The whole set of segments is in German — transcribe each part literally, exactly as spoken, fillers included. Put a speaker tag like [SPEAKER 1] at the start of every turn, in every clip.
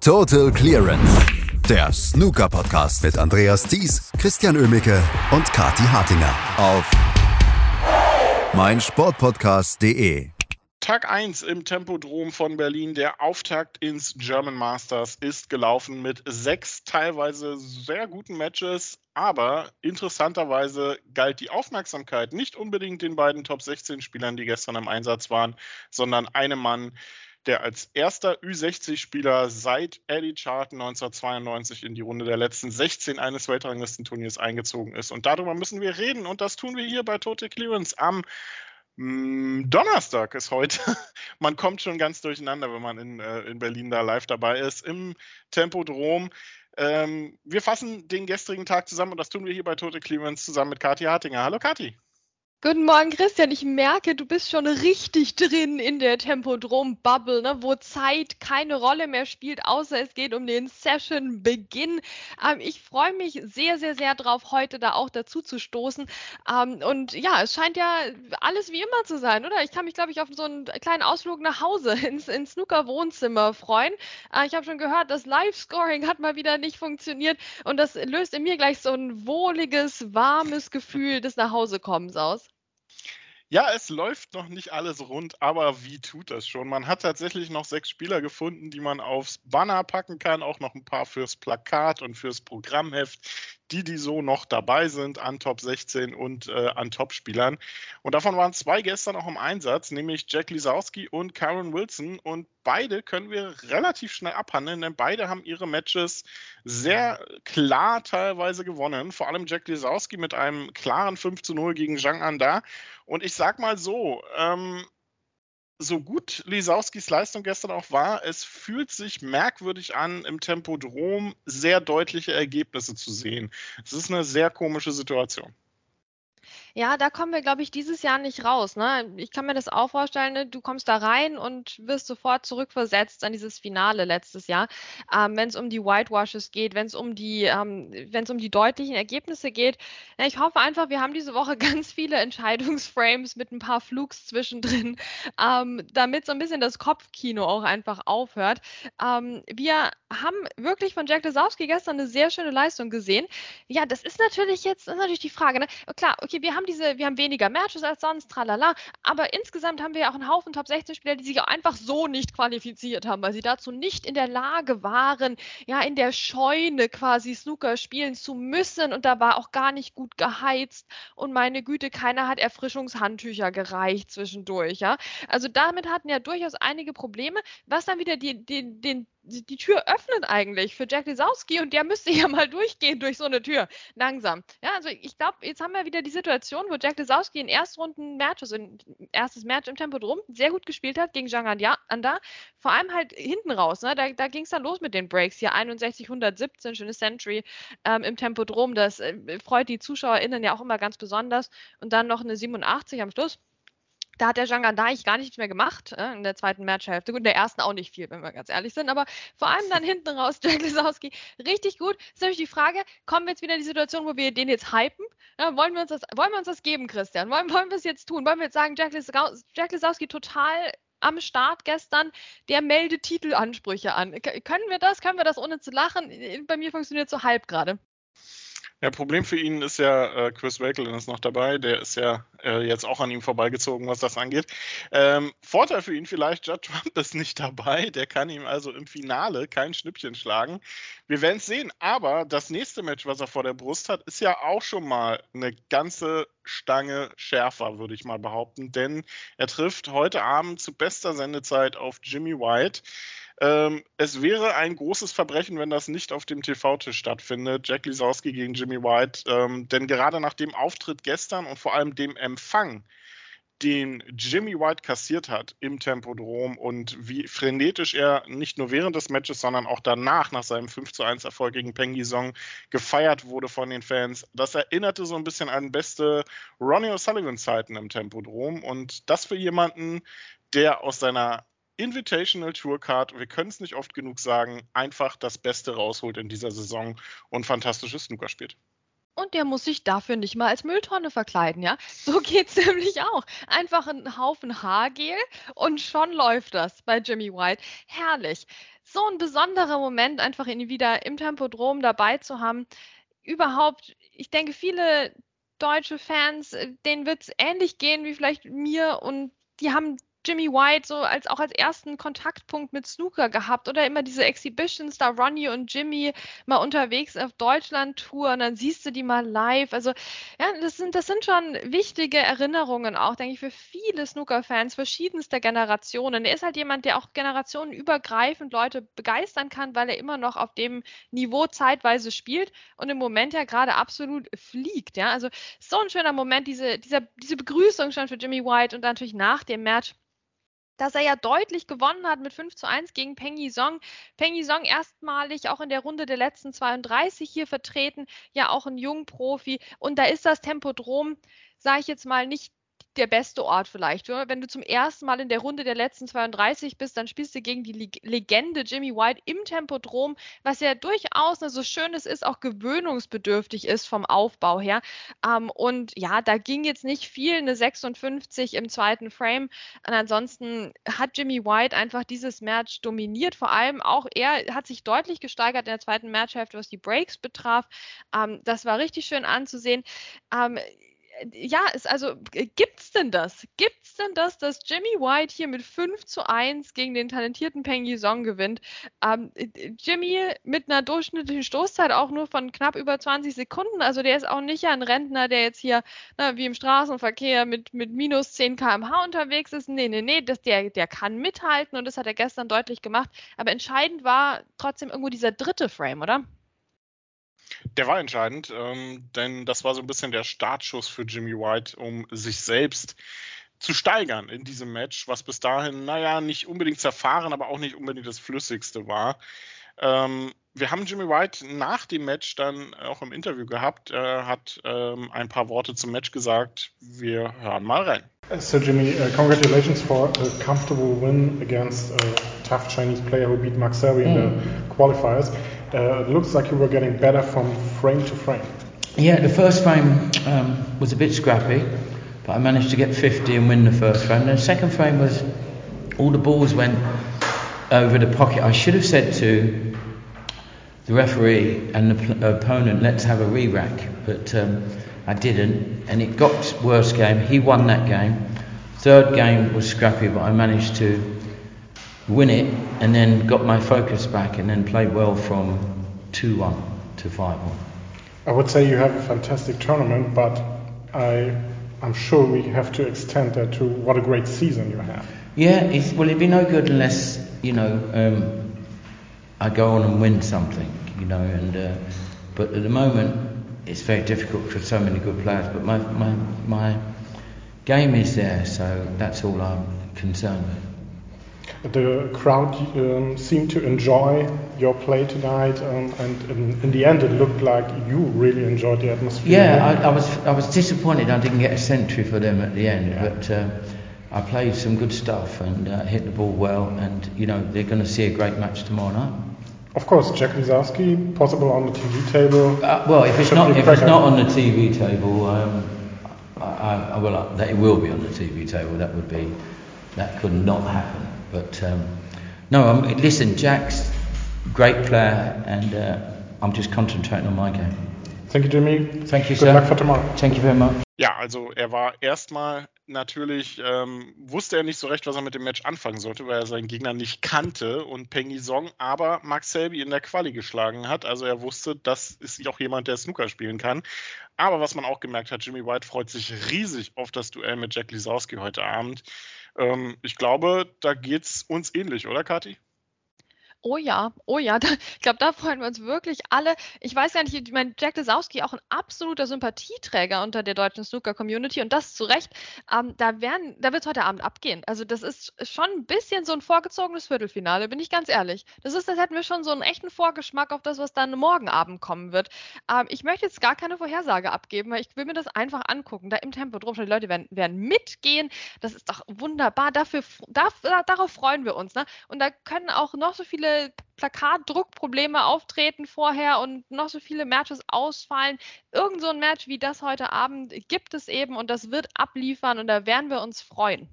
[SPEAKER 1] Total Clearance, der Snooker-Podcast mit Andreas Thies, Christian Oemicke und Kathi Hartinger auf meinsportpodcast punkt de.
[SPEAKER 2] Tag eins im Tempodrom von Berlin, der Auftakt ins German Masters, ist gelaufen mit sechs teilweise sehr guten Matches, aber interessanterweise galt die Aufmerksamkeit nicht unbedingt den beiden Top sechzehn Spielern, die gestern im Einsatz waren, sondern einem Mann, der als erster Ü sechzig Spieler seit Eddie Charlton neunzehnhundertzweiundneunzig in die Runde der letzten sechzehn eines Weltranglistenturniers eingezogen ist. Und darüber müssen wir reden und das tun wir hier bei Total Clearance am mh, Donnerstag ist heute. Man kommt schon ganz durcheinander, wenn man in, äh, in Berlin da live dabei ist, im Tempodrom. Ähm, wir fassen den gestrigen Tag zusammen und das tun wir hier bei Total Clearance zusammen mit Kathi Hartinger. Hallo Kathi.
[SPEAKER 3] Guten Morgen, Christian. Ich merke, du bist schon richtig drin in der Tempodrom-Bubble, ne, wo Zeit keine Rolle mehr spielt, außer es geht um den Session-Beginn. Ähm, ich freue mich sehr, sehr, sehr drauf, heute da auch dazu zu stoßen. Ähm, und ja, es scheint ja alles wie immer zu sein, oder? Ich kann mich, glaube ich, auf so einen kleinen Ausflug nach Hause ins, ins Snooker-Wohnzimmer freuen. Äh, ich habe schon gehört, das Live-Scoring hat mal wieder nicht funktioniert und das löst in mir gleich so ein wohliges, warmes Gefühl des Nachhausekommens aus.
[SPEAKER 2] Ja, es läuft noch nicht alles rund, aber wie tut das schon? Man hat tatsächlich noch sechs Spieler gefunden, die man aufs Banner packen kann, auch noch ein paar fürs Plakat und fürs Programmheft, die, die so noch dabei sind an Top sechzehn und äh, an Top-Spielern. Und davon waren zwei gestern auch im Einsatz, nämlich Jack Lisowski und Karen Wilson. Und beide können wir relativ schnell abhandeln, denn beide haben ihre Matches sehr klar teilweise gewonnen. Vor allem Jack Lisowski mit einem klaren fünf zu null gegen Zhang Anda. Und ich sag mal so, ähm, so gut Lisowskis Leistung gestern auch war, es fühlt sich merkwürdig an, im Tempodrom sehr deutliche Ergebnisse zu sehen. Es ist eine sehr komische Situation.
[SPEAKER 3] Ja, da kommen wir, glaube ich, dieses Jahr nicht raus. Ne? Ich kann mir das auch vorstellen, ne? Du kommst da rein und wirst sofort zurückversetzt an dieses Finale letztes Jahr. Ähm, wenn es um die Whitewashes geht, wenn es um die, ähm, wenn es um die deutlichen Ergebnisse geht. Ja, ich hoffe einfach, wir haben diese Woche ganz viele Entscheidungsframes mit ein paar Flugs zwischendrin, ähm, damit so ein bisschen das Kopfkino auch einfach aufhört. Ähm, wir haben wirklich von Jack Lisowski gestern eine sehr schöne Leistung gesehen. Ja, das ist natürlich jetzt das ist natürlich die Frage. Ne? Klar, okay, wir haben diese, wir haben weniger Matches als sonst, tralala, aber insgesamt haben wir ja auch einen Haufen Top sechzehn Spieler, die sich auch einfach so nicht qualifiziert haben, weil sie dazu nicht in der Lage waren, ja, in der Scheune quasi Snooker spielen zu müssen und da war auch gar nicht gut geheizt und meine Güte, keiner hat Erfrischungshandtücher gereicht zwischendurch, ja. Also damit hatten ja durchaus einige Probleme, was dann wieder die, die, den die Tür öffnet eigentlich für Jack Lisowski und der müsste ja mal durchgehen durch so eine Tür, langsam. Ja, also ich glaube, jetzt haben wir wieder die Situation, wo Jack Lisowski in Erstrunden-Match, also ein erstes Match im Tempodrom, sehr gut gespielt hat gegen Zhang Anda, vor allem halt hinten raus, ne? da, da ging es dann los mit den Breaks, hier einundsechzig hundertsiebzehn, schöne Century ähm, im Tempodrom, das äh, freut die ZuschauerInnen ja auch immer ganz besonders und dann noch eine siebenundachtzig am Schluss. Da hat der Zhang Anda eigentlich gar nichts mehr gemacht äh, in der zweiten Matchhälfte. Gut, in der ersten auch nicht viel, wenn wir ganz ehrlich sind, aber vor allem dann hinten raus Jack Lisowski richtig gut. Ist natürlich die Frage, kommen wir jetzt wieder in die Situation, wo wir den jetzt hypen? Ja, wollen wir uns das, wollen wir uns das geben, Christian? Wollen, wollen wir es jetzt tun? Wollen wir jetzt sagen, Jack, Lis Jack Lisowski total am Start gestern, der meldet Titelansprüche an. K können wir das? Können wir das ohne zu lachen? Bei mir funktioniert es so halb gerade.
[SPEAKER 2] Ja, Problem für ihn ist ja, äh, Chris Wakelin ist noch dabei, der ist ja äh, jetzt auch an ihm vorbeigezogen, was das angeht. Ähm, Vorteil für ihn vielleicht, Judd Trump ist nicht dabei, der kann ihm also im Finale kein Schnippchen schlagen. Wir werden es sehen, aber das nächste Match, was er vor der Brust hat, ist ja auch schon mal eine ganze Stange schärfer, würde ich mal behaupten, denn er trifft heute Abend zu bester Sendezeit auf Jimmy White. Ähm, es wäre ein großes Verbrechen, wenn das nicht auf dem T V-Tisch stattfindet. Jack Lisowski gegen Jimmy White. Ähm, denn gerade nach dem Auftritt gestern und vor allem dem Empfang, den Jimmy White kassiert hat im Tempodrom und wie frenetisch er nicht nur während des Matches, sondern auch danach, nach seinem fünf zu eins Erfolg gegen Peng Yisong, gefeiert wurde von den Fans, das erinnerte so ein bisschen an beste Ronnie O'Sullivan-Zeiten im Tempodrom. Und das für jemanden, der aus seiner Invitational Tour Card, wir können es nicht oft genug sagen, einfach das Beste rausholt in dieser Saison und fantastisches Snooker spielt.
[SPEAKER 3] Und der muss sich dafür nicht mal als Mülltonne verkleiden, ja? So geht's nämlich auch. Einfach ein Haufen Haargel und schon läuft das bei Jimmy White. Herrlich. So ein besonderer Moment, einfach ihn wieder im Tempodrom dabei zu haben. Überhaupt, ich denke, viele deutsche Fans, äh, denen wird's ähnlich gehen wie vielleicht mir und die haben Jimmy White so als auch als ersten Kontaktpunkt mit Snooker gehabt oder immer diese Exhibitions, da Ronnie und Jimmy mal unterwegs auf Deutschland-Tour und dann siehst du die mal live. Also ja, das sind, das sind schon wichtige Erinnerungen auch, denke ich, für viele Snooker-Fans verschiedenster Generationen. Er ist halt jemand, der auch generationenübergreifend Leute begeistern kann, weil er immer noch auf dem Niveau zeitweise spielt und im Moment ja gerade absolut fliegt. Ja, also so ein schöner Moment, diese, dieser, diese Begrüßung schon für Jimmy White und dann natürlich nach dem Match, dass er ja deutlich gewonnen hat mit fünf zu eins gegen Peng Yisong. Peng Yisong erstmalig auch in der Runde der letzten zweiunddreißig hier vertreten, ja auch ein Jungprofi. Und da ist das Tempodrom, sage ich jetzt mal, nicht der beste Ort vielleicht. Wenn du zum ersten Mal in der Runde der letzten zweiunddreißig bist, dann spielst du gegen die Legende Jimmy White im Tempodrom, was ja durchaus, ne, so schön es ist, auch gewöhnungsbedürftig ist vom Aufbau her. Ähm, und ja, da ging jetzt nicht viel, eine sechsundfünfzig im zweiten Frame. Und ansonsten hat Jimmy White einfach dieses Match dominiert. Vor allem auch er hat sich deutlich gesteigert in der zweiten Matchhälfte, was die Breaks betraf. Ähm, das war richtig schön anzusehen. Ähm, ja, ist also, gibt's denn das? Gibt's denn das, dass Jimmy White hier mit fünf zu eins gegen den talentierten Peng Yisong gewinnt? Ähm, Jimmy mit einer durchschnittlichen Stoßzeit auch nur von knapp über zwanzig Sekunden. Also der ist auch nicht ein Rentner, der jetzt hier na, wie im Straßenverkehr mit, mit minus zehn Kilometer pro Stunde unterwegs ist. Nee, nee, nee, das, der, der kann mithalten und das hat er gestern deutlich gemacht. Aber entscheidend war trotzdem irgendwo dieser dritte Frame, oder?
[SPEAKER 2] Der war entscheidend, ähm, denn das war so ein bisschen der Startschuss für Jimmy White, um sich selbst zu steigern in diesem Match, was bis dahin, naja, nicht unbedingt zerfahren, aber auch nicht unbedingt das Flüssigste war. Ähm, wir haben Jimmy White nach dem Match dann auch im Interview gehabt. Er hat ähm, ein paar Worte zum Match gesagt. Wir hören mal rein.
[SPEAKER 4] So Jimmy, uh, congratulations for a comfortable win against a tough Chinese player who beat Mark Selby in
[SPEAKER 5] Mm.
[SPEAKER 4] the qualifiers. Uh, it looks like you were getting better from frame to frame.
[SPEAKER 5] Yeah, the first frame um, was a bit scrappy, but I managed to get fifty and win the first frame. The second frame was, all the balls went over the pocket. I should have said to the referee and the pl- opponent, let's have a re-rack, but um, I didn't, and it got worse game. He won that game. Third game was scrappy, but I managed to win it and then got my focus back and then played well from two one to five one.
[SPEAKER 4] I would say you have a fantastic tournament, but I, I'm sure we have to extend that to what a great season you have.
[SPEAKER 5] Yeah, it's, well, it'd be no good unless, you know, um, I go on and win something, you know, and uh, but at the moment it's very difficult for so many good players, but my, my, my game is there, so that's all I'm concerned with.
[SPEAKER 4] The crowd um, seemed to enjoy your play tonight, um, and in, in the end it looked like you really enjoyed the atmosphere.
[SPEAKER 5] Yeah, I, I was I was disappointed I didn't get a century for them at the end,
[SPEAKER 4] Yeah.
[SPEAKER 5] but uh, I played some good stuff and uh, hit the ball well, and you know they're going to see a great match tomorrow night.
[SPEAKER 4] Of course, Jack Lisowski, possible on the T V table.
[SPEAKER 5] Uh, well, if it's
[SPEAKER 4] Should
[SPEAKER 5] not
[SPEAKER 4] be
[SPEAKER 5] if it's
[SPEAKER 4] cracker.
[SPEAKER 5] not on the T V table, um, I, I, I will. Uh, that it will be on the T V table. That would be that could not happen. But um, no, um, listen, Jack's a great player, and uh, I'm just concentrating on my game.
[SPEAKER 4] Thank you, Jimmy.
[SPEAKER 5] Thank you,
[SPEAKER 4] Good
[SPEAKER 5] sir.
[SPEAKER 4] luck for tomorrow.
[SPEAKER 5] Thank you very much.
[SPEAKER 2] Ja, also er war erstmal natürlich, ähm, wusste er nicht so recht, was er mit dem Match anfangen sollte, weil er seinen Gegner nicht kannte und Peng Yisong aber Mark Selby in der Quali geschlagen hat. Also er wusste, das ist auch jemand, der Snooker spielen kann. Aber was man auch gemerkt hat, Jimmy White freut sich riesig auf das Duell mit Jack Lisowski heute Abend. Ähm, ich glaube, da geht's uns ähnlich, oder Kathi?
[SPEAKER 3] Oh ja, oh ja, da, ich glaube, da freuen wir uns wirklich alle. Ich weiß gar nicht, ich meine, Jack Lisowski auch ein absoluter Sympathieträger unter der deutschen Snooker-Community und das zu Recht. Ähm, da werden, da wird es heute Abend abgehen. Also das ist schon ein bisschen so ein vorgezogenes Viertelfinale, bin ich ganz ehrlich. Das ist, als hätten wir schon so einen echten Vorgeschmack auf das, was dann morgen Abend kommen wird. Ähm, ich möchte jetzt gar keine Vorhersage abgeben, weil ich will mir das einfach angucken. Da im Tempodrom, die Leute werden, werden mitgehen. Das ist doch wunderbar. Dafür, da, darauf freuen wir uns. Ne? Und da können auch noch so viele viele Plakatdruckprobleme auftreten vorher und noch so viele Matches ausfallen. Irgend so ein Match wie das heute Abend gibt es eben und das wird abliefern und da werden wir uns freuen.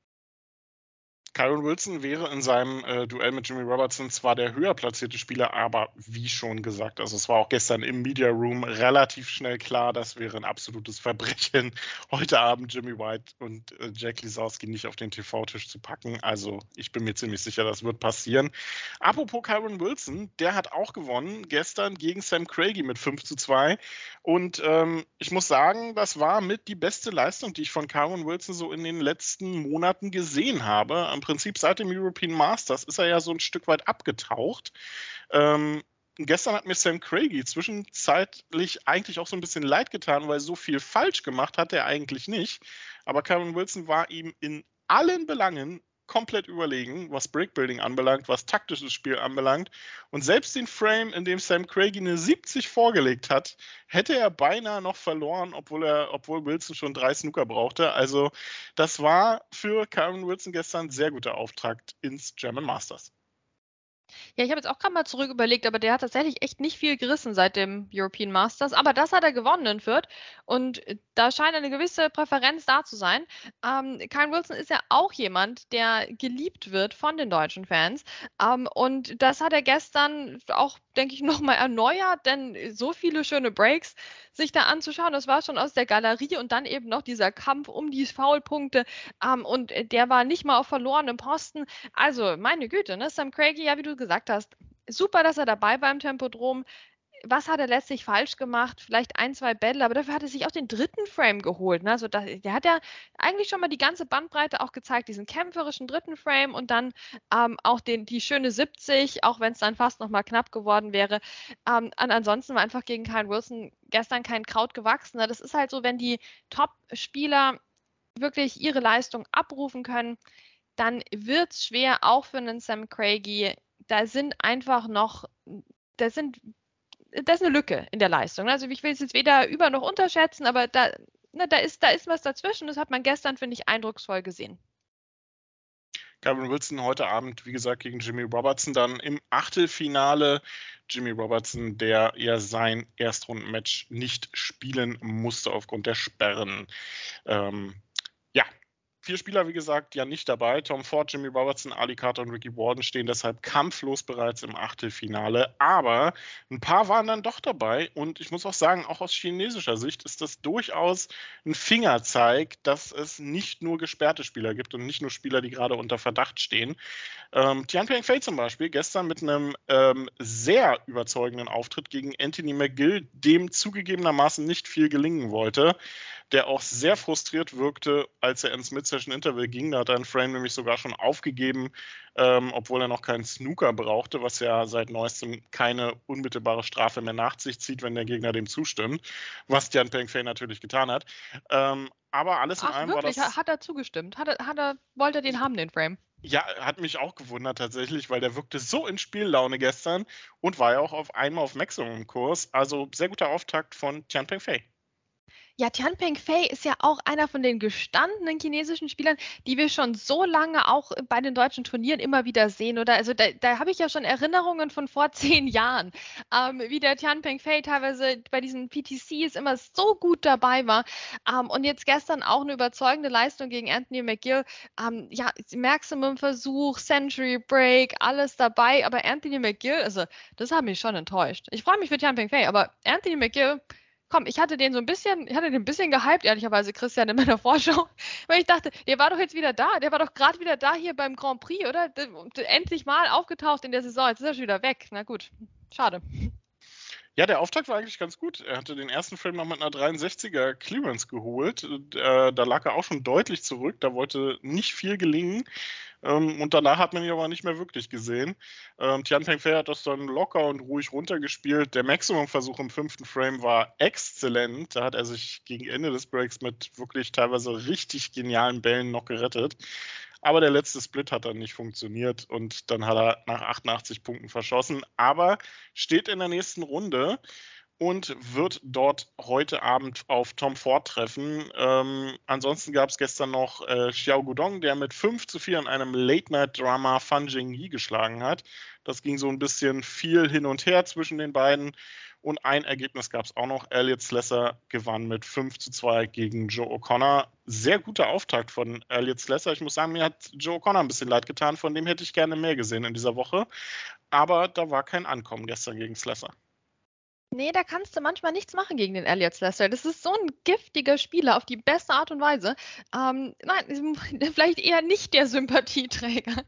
[SPEAKER 2] Kyron Wilson wäre in seinem äh, Duell mit Jimmy Robertson zwar der höher platzierte Spieler, aber wie schon gesagt, also es war auch gestern im Media Room relativ schnell klar, das wäre ein absolutes Verbrechen, heute Abend Jimmy White und äh, Jack Lisowski nicht auf den T V-Tisch zu packen. Also ich bin mir ziemlich sicher, das wird passieren. Apropos Kyron Wilson, der hat auch gewonnen gestern gegen Sam Craigie mit fünf zu zwei und ähm, ich muss sagen, das war mit die beste Leistung, die ich von Kyron Wilson so in den letzten Monaten gesehen habe. Im Prinzip seit dem European Masters ist er ja so ein Stück weit abgetaucht. Ähm, gestern hat mir Sam Craigie zwischenzeitlich eigentlich auch so ein bisschen leid getan, weil so viel falsch gemacht hat er eigentlich nicht. Aber Kyron Wilson war ihm in allen Belangen komplett überlegen, was Breakbuilding anbelangt, was taktisches Spiel anbelangt. Und selbst den Frame, in dem Sam Craigie eine siebzig vorgelegt hat, hätte er beinahe noch verloren, obwohl er, obwohl Wilson schon drei Snooker brauchte. Also das war für Kyron Wilson gestern ein sehr guter Auftakt ins German Masters.
[SPEAKER 3] Ja, ich habe jetzt auch gerade mal zurück überlegt, aber der hat tatsächlich echt nicht viel gerissen seit dem European Masters. Aber das hat er gewonnen in Fürth und da scheint eine gewisse Präferenz da zu sein. Ähm, Kyron Wilson ist ja auch jemand, der geliebt wird von den deutschen Fans. Ähm, und das hat er gestern auch, denke ich, nochmal erneuert, denn so viele schöne Breaks sich da anzuschauen, das war schon aus der Galerie und dann eben noch dieser Kampf um die Foulpunkte ähm, und der war nicht mal auf verlorenem Posten. Also, meine Güte, ne? Sam Craigie, ja, wie du gesagt hast, super, dass er dabei war im Tempodrom. Was hat er letztlich falsch gemacht? Vielleicht ein, zwei Battle, aber dafür hat er sich auch den dritten Frame geholt. Ne? Also das, der hat ja eigentlich schon mal die ganze Bandbreite auch gezeigt, diesen kämpferischen dritten Frame und dann ähm, auch den, die schöne siebzig, auch wenn es dann fast nochmal knapp geworden wäre. Ähm, ansonsten war einfach gegen Kyron Wilson gestern kein Kraut gewachsen. Ne? Das ist halt so, wenn die Top-Spieler wirklich ihre Leistung abrufen können, dann wird es schwer, auch für einen Sam Craigie. Da sind einfach noch, da sind das ist eine Lücke in der Leistung. Also ich will es jetzt weder über- noch unterschätzen, aber da, ne, da, ist, da ist was dazwischen. Das hat man gestern, finde ich, eindrucksvoll gesehen.
[SPEAKER 2] Kyron Wilson heute Abend, wie gesagt, gegen Jimmy Robertson dann im Achtelfinale. Jimmy Robertson, der ja sein Erstrundenmatch nicht spielen musste aufgrund der Sperren. Ähm, ja, vier Spieler, wie gesagt, ja nicht dabei. Tom Ford, Jimmy Robertson, Ali Carter und Ricky Warden stehen deshalb kampflos bereits im Achtelfinale. Aber ein paar waren dann doch dabei. Und ich muss auch sagen, auch aus chinesischer Sicht ist das durchaus ein Fingerzeig, dass es nicht nur gesperrte Spieler gibt und nicht nur Spieler, die gerade unter Verdacht stehen. Ähm, Tianping Fei zum Beispiel gestern mit einem ähm, sehr überzeugenden Auftritt gegen Anthony McGill, dem zugegebenermaßen nicht viel gelingen wollte, der auch sehr frustriert wirkte, als er ins Mid-Session-Interval ging. Da hat er einen Frame nämlich sogar schon aufgegeben, ähm, obwohl er noch keinen Snooker brauchte, was ja seit neuestem keine unmittelbare Strafe mehr nach sich zieht, wenn der Gegner dem zustimmt, was Tianping Fei natürlich getan hat. Ähm, aber alles in
[SPEAKER 3] Ach,
[SPEAKER 2] allem
[SPEAKER 3] wirklich?
[SPEAKER 2] war das...
[SPEAKER 3] Hat er zugestimmt? Hat er, hat er, wollte er den haben, den Frame?
[SPEAKER 2] Ja, hat mich auch gewundert tatsächlich, weil der wirkte so in Spiellaune gestern und war ja auch auf einmal auf Maximum-Kurs. Also sehr guter Auftakt von Tianping Fei.
[SPEAKER 3] Ja, Tianping Fei ist ja auch einer von den gestandenen chinesischen Spielern, die wir schon so lange auch bei den deutschen Turnieren immer wieder sehen. Oder also da, da habe ich ja schon Erinnerungen von vor zehn Jahren, ähm, wie der Tianping Fei teilweise bei diesen P T Cs immer so gut dabei war. Ähm, und jetzt gestern auch eine überzeugende Leistung gegen Anthony McGill. Ähm, ja, Maximum-Versuch, Century Break, alles dabei. Aber Anthony McGill, also das hat mich schon enttäuscht. Ich freue mich für Tianping Fei, aber Anthony McGill, komm, ich hatte den so ein bisschen, ich hatte den ein bisschen gehypt, ehrlicherweise, Christian, in meiner Vorschau, weil ich dachte, der war doch jetzt wieder da, der war doch gerade wieder da hier beim Grand Prix, oder? Der, der, endlich mal aufgetaucht in der Saison, jetzt ist er schon wieder weg. Na gut, schade.
[SPEAKER 2] Ja, der Auftakt war eigentlich ganz gut. Er hatte den ersten Frame noch mit einer dreiundsechziger Clearance geholt. Äh, da lag er auch schon deutlich zurück, da wollte nicht viel gelingen. Ähm, und danach hat man ihn aber nicht mehr wirklich gesehen. Ähm, Tianping Fei hat das dann locker und ruhig runtergespielt. Der Maximum-Versuch im fünften Frame war exzellent. Da hat er sich gegen Ende des Breaks mit wirklich teilweise richtig genialen Bällen noch gerettet. Aber der letzte Split hat dann nicht funktioniert und dann hat er nach achtundachtzig Punkten verschossen. Aber steht in der nächsten Runde und wird dort heute Abend auf Tom Ford treffen. Ähm, ansonsten gab es gestern noch äh, Xiao Guodong, der mit fünf zu vier in einem Late-Night-Drama Fan Zhengyi geschlagen hat. Das ging so ein bisschen viel hin und her zwischen den beiden. Und ein Ergebnis gab es auch noch. Elliot Slesser gewann mit fünf zu zwei gegen Joe O'Connor. Sehr guter Auftakt von Elliot Slesser. Ich muss sagen, mir hat Joe O'Connor ein bisschen leid getan. Von dem hätte ich gerne mehr gesehen in dieser Woche. Aber da war kein Ankommen gestern gegen Slesser.
[SPEAKER 3] Nee, da kannst du manchmal nichts machen gegen den Elliot Slesser. Das ist so ein giftiger Spieler auf die beste Art und Weise. Ähm, nein, vielleicht eher nicht der Sympathieträger.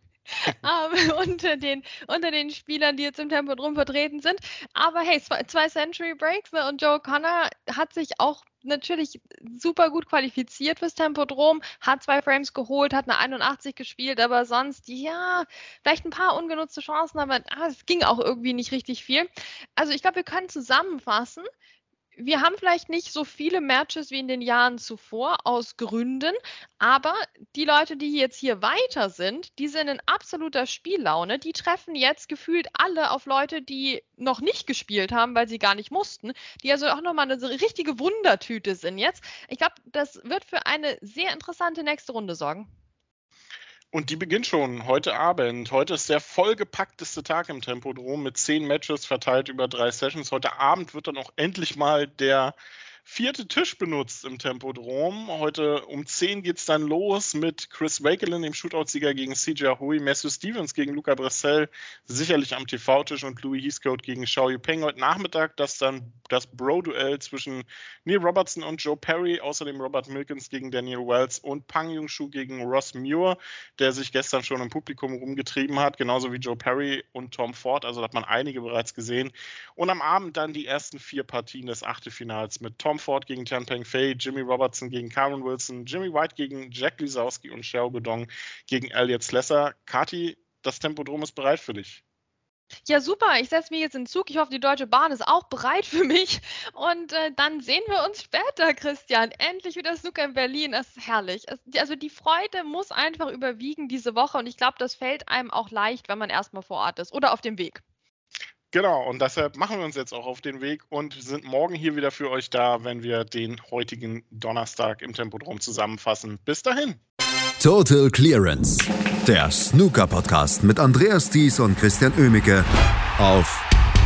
[SPEAKER 3] um, unter, den, unter den Spielern, die jetzt im Tempodrom vertreten sind. Aber hey, zwei, zwei Century Breaks, ne? Und Joe O'Connor hat sich auch natürlich super gut qualifiziert fürs Tempodrom, hat zwei Frames geholt, hat eine einundachtzig gespielt, aber sonst, ja, vielleicht ein paar ungenutzte Chancen, aber ah, es ging auch irgendwie nicht richtig viel. Also ich glaube, wir können zusammenfassen, wir haben vielleicht nicht so viele Matches wie in den Jahren zuvor aus Gründen, aber die Leute, die jetzt hier weiter sind, die sind in absoluter Spiellaune. Die treffen jetzt gefühlt alle auf Leute, die noch nicht gespielt haben, weil sie gar nicht mussten, die also auch nochmal eine so richtige Wundertüte sind jetzt. Ich glaube, das wird für eine sehr interessante nächste Runde sorgen.
[SPEAKER 2] Und die beginnt schon heute Abend. Heute ist der vollgepackteste Tag im Tempodrom mit zehn Matches verteilt über drei Sessions. Heute Abend wird dann auch endlich mal der vierte Tisch benutzt im Tempodrom. Heute um zehn geht es dann los mit Chris Wakelin, dem Shootout-Sieger gegen C J Hui, Matthew Stevens gegen Luca Bressel, sicherlich am T V-Tisch, und Louis Heathcote gegen Xiao Yupeng. Heute Nachmittag das dann das Bro-Duell zwischen Neil Robertson und Joe Perry, außerdem Robert Milkins gegen Daniel Wells und Pang Yung-Shu gegen Ross Muir, der sich gestern schon im Publikum rumgetrieben hat, genauso wie Joe Perry und Tom Ford, also da hat man einige bereits gesehen. Und am Abend dann die ersten vier Partien des Achtelfinals mit Tom Ford gegen Tian Pengfei, Jimmy Robertson gegen Cameron Wilson, Jimmy White gegen Jack Lisowski und Xiao Guodong gegen Elliot Slesser. Kathi, das Tempodrom ist bereit für dich.
[SPEAKER 3] Ja, super. Ich setze mich jetzt in den Zug. Ich hoffe, die Deutsche Bahn ist auch bereit für mich. Und äh, dann sehen wir uns später, Christian. Endlich wieder Snooker in Berlin. Das ist herrlich. Es, also die Freude muss einfach überwiegen diese Woche. Und ich glaube, das fällt einem auch leicht, wenn man erstmal vor Ort ist oder auf dem Weg.
[SPEAKER 2] Genau, und deshalb machen wir uns jetzt auch auf den Weg und sind morgen hier wieder für euch da, wenn wir den heutigen Donnerstag im Tempodrom zusammenfassen. Bis dahin.
[SPEAKER 1] Total Clearance, der Snooker-Podcast mit Andreas Thies und Christian Oemicke auf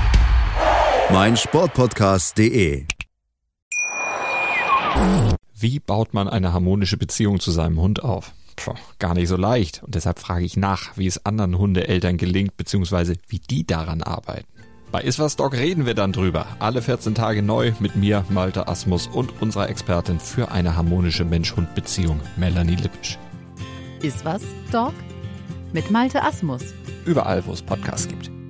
[SPEAKER 1] meinsportpodcast punkt de.
[SPEAKER 6] Wie baut man eine harmonische Beziehung zu seinem Hund auf? Puh, gar nicht so leicht. Und deshalb frage ich nach, wie es anderen Hundeeltern gelingt, beziehungsweise wie die daran arbeiten. Bei Iswas Dog reden wir dann drüber. Alle vierzehn Tage neu mit mir, Malte Asmus, und unserer Expertin für eine harmonische Mensch-Hund-Beziehung, Melanie Lippisch.
[SPEAKER 7] Iswas Dog mit Malte Asmus.
[SPEAKER 6] Überall, wo es Podcasts gibt.